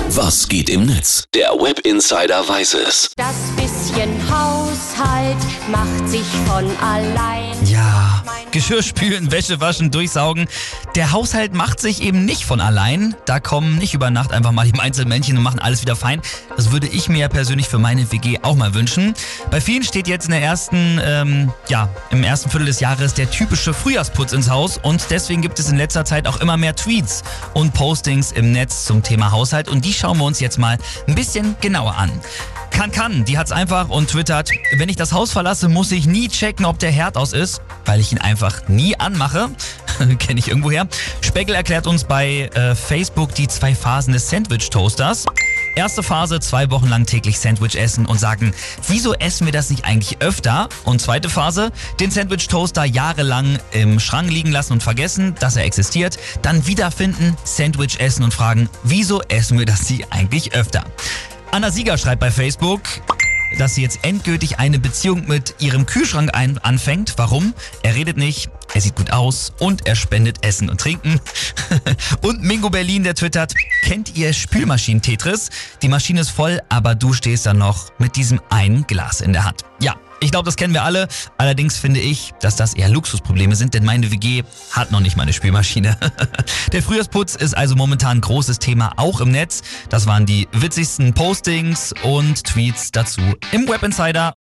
Was geht im Netz? Der Web Insider weiß es. Das bisschen Haushalt macht sich von allein. Ja, Geschirr spülen, Wäsche waschen, durchsaugen. Der Haushalt macht sich eben nicht von allein. Da kommen nicht über Nacht einfach mal die Einzelmännchen und machen alles wieder fein. Das würde ich mir ja persönlich für meine WG auch mal wünschen. Bei vielen steht jetzt im ersten Viertel des Jahres der typische Frühjahrsputz ins Haus. Und deswegen gibt es in letzter Zeit auch immer mehr Tweets und Postings im Netz zum Thema Haushalt. Und die schauen wir uns jetzt mal ein bisschen genauer an. Kann, die hat's einfach und twittert: Wenn ich das Haus verlasse, muss ich nie checken, ob der Herd aus ist, weil ich ihn einfach nie anmache. Kenne ich irgendwoher. Speckel erklärt uns bei Facebook die 2 Phasen des Sandwich-Toasters. Erste Phase, 2 Wochen lang täglich Sandwich essen und sagen, wieso essen wir das nicht eigentlich öfter? Und zweite Phase, den Sandwich-Toaster jahrelang im Schrank liegen lassen und vergessen, dass er existiert. Dann wiederfinden, Sandwich essen und fragen, wieso essen wir das nicht eigentlich öfter? Anna Sieger schreibt bei Facebook, dass sie jetzt endgültig eine Beziehung mit ihrem Kühlschrank anfängt. Warum? Er redet nicht, er sieht gut aus und er spendet Essen und Trinken. Und Mingo Berlin, der twittert: Kennt ihr Spülmaschinen-Tetris? Die Maschine ist voll, aber du stehst dann noch mit diesem einen Glas in der Hand. Ja, ich glaube, das kennen wir alle. Allerdings finde ich, dass das eher Luxusprobleme sind, denn meine WG hat noch nicht mal eine Spülmaschine. Der Frühjahrsputz ist also momentan ein großes Thema, auch im Netz. Das waren die witzigsten Postings und Tweets dazu im Web Insider.